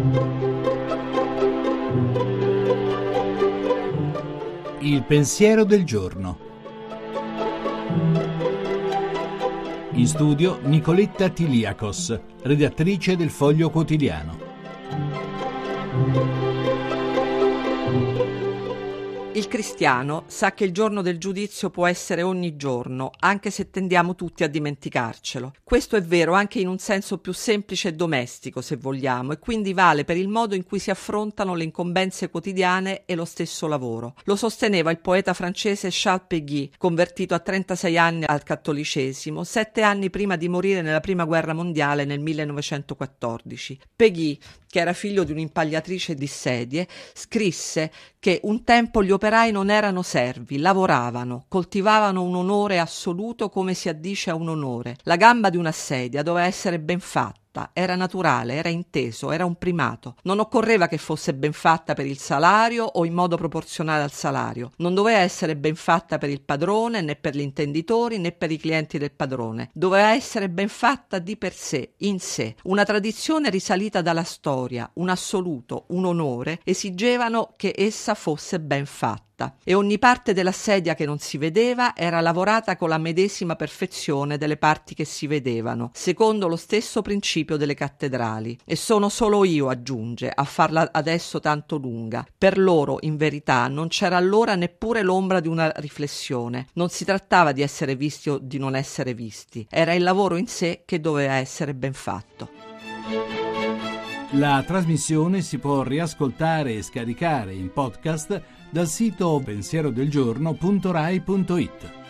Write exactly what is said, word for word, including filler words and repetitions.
Il pensiero del giorno. In studio Nicoletta Tiliakos, redattrice del Foglio Quotidiano. Il cristiano sa che il giorno del giudizio può essere ogni giorno, anche se tendiamo tutti a dimenticarcelo. Questo è vero anche in un senso più semplice e domestico, se vogliamo, e quindi vale per il modo in cui si affrontano le incombenze quotidiane e lo stesso lavoro. Lo sosteneva il poeta francese Charles Péguy, convertito a trentasei anni al cattolicesimo, sette anni prima di morire nella Prima Guerra Mondiale nel millenovecentoquattordici. Péguy, che era figlio di un'impagliatrice di sedie, scrisse che un tempo gli operai non erano servi, lavoravano, coltivavano un onore assoluto come si addice a un onore. La gamba di una sedia doveva essere ben fatta, era naturale, era inteso, era un primato. Non occorreva che fosse ben fatta per il salario o in modo proporzionale al salario. Non doveva essere ben fatta per il padrone, né per gli intenditori, né per i clienti del padrone. Doveva essere ben fatta di per sé, in sé. Una tradizione risalita dalla storia, un assoluto, un onore, esigevano che essa fosse ben fatta. E ogni parte della sedia che non si vedeva era lavorata con la medesima perfezione delle parti che si vedevano, secondo lo stesso principio delle cattedrali. E sono solo io, aggiunge, a farla adesso tanto lunga. Per loro, in verità, non c'era allora neppure l'ombra di una riflessione. Non si trattava di essere visti o di non essere visti. Era il lavoro in sé che doveva essere ben fatto. La trasmissione si può riascoltare e scaricare in podcast dal sito pensierodelgiorno punto rai punto it.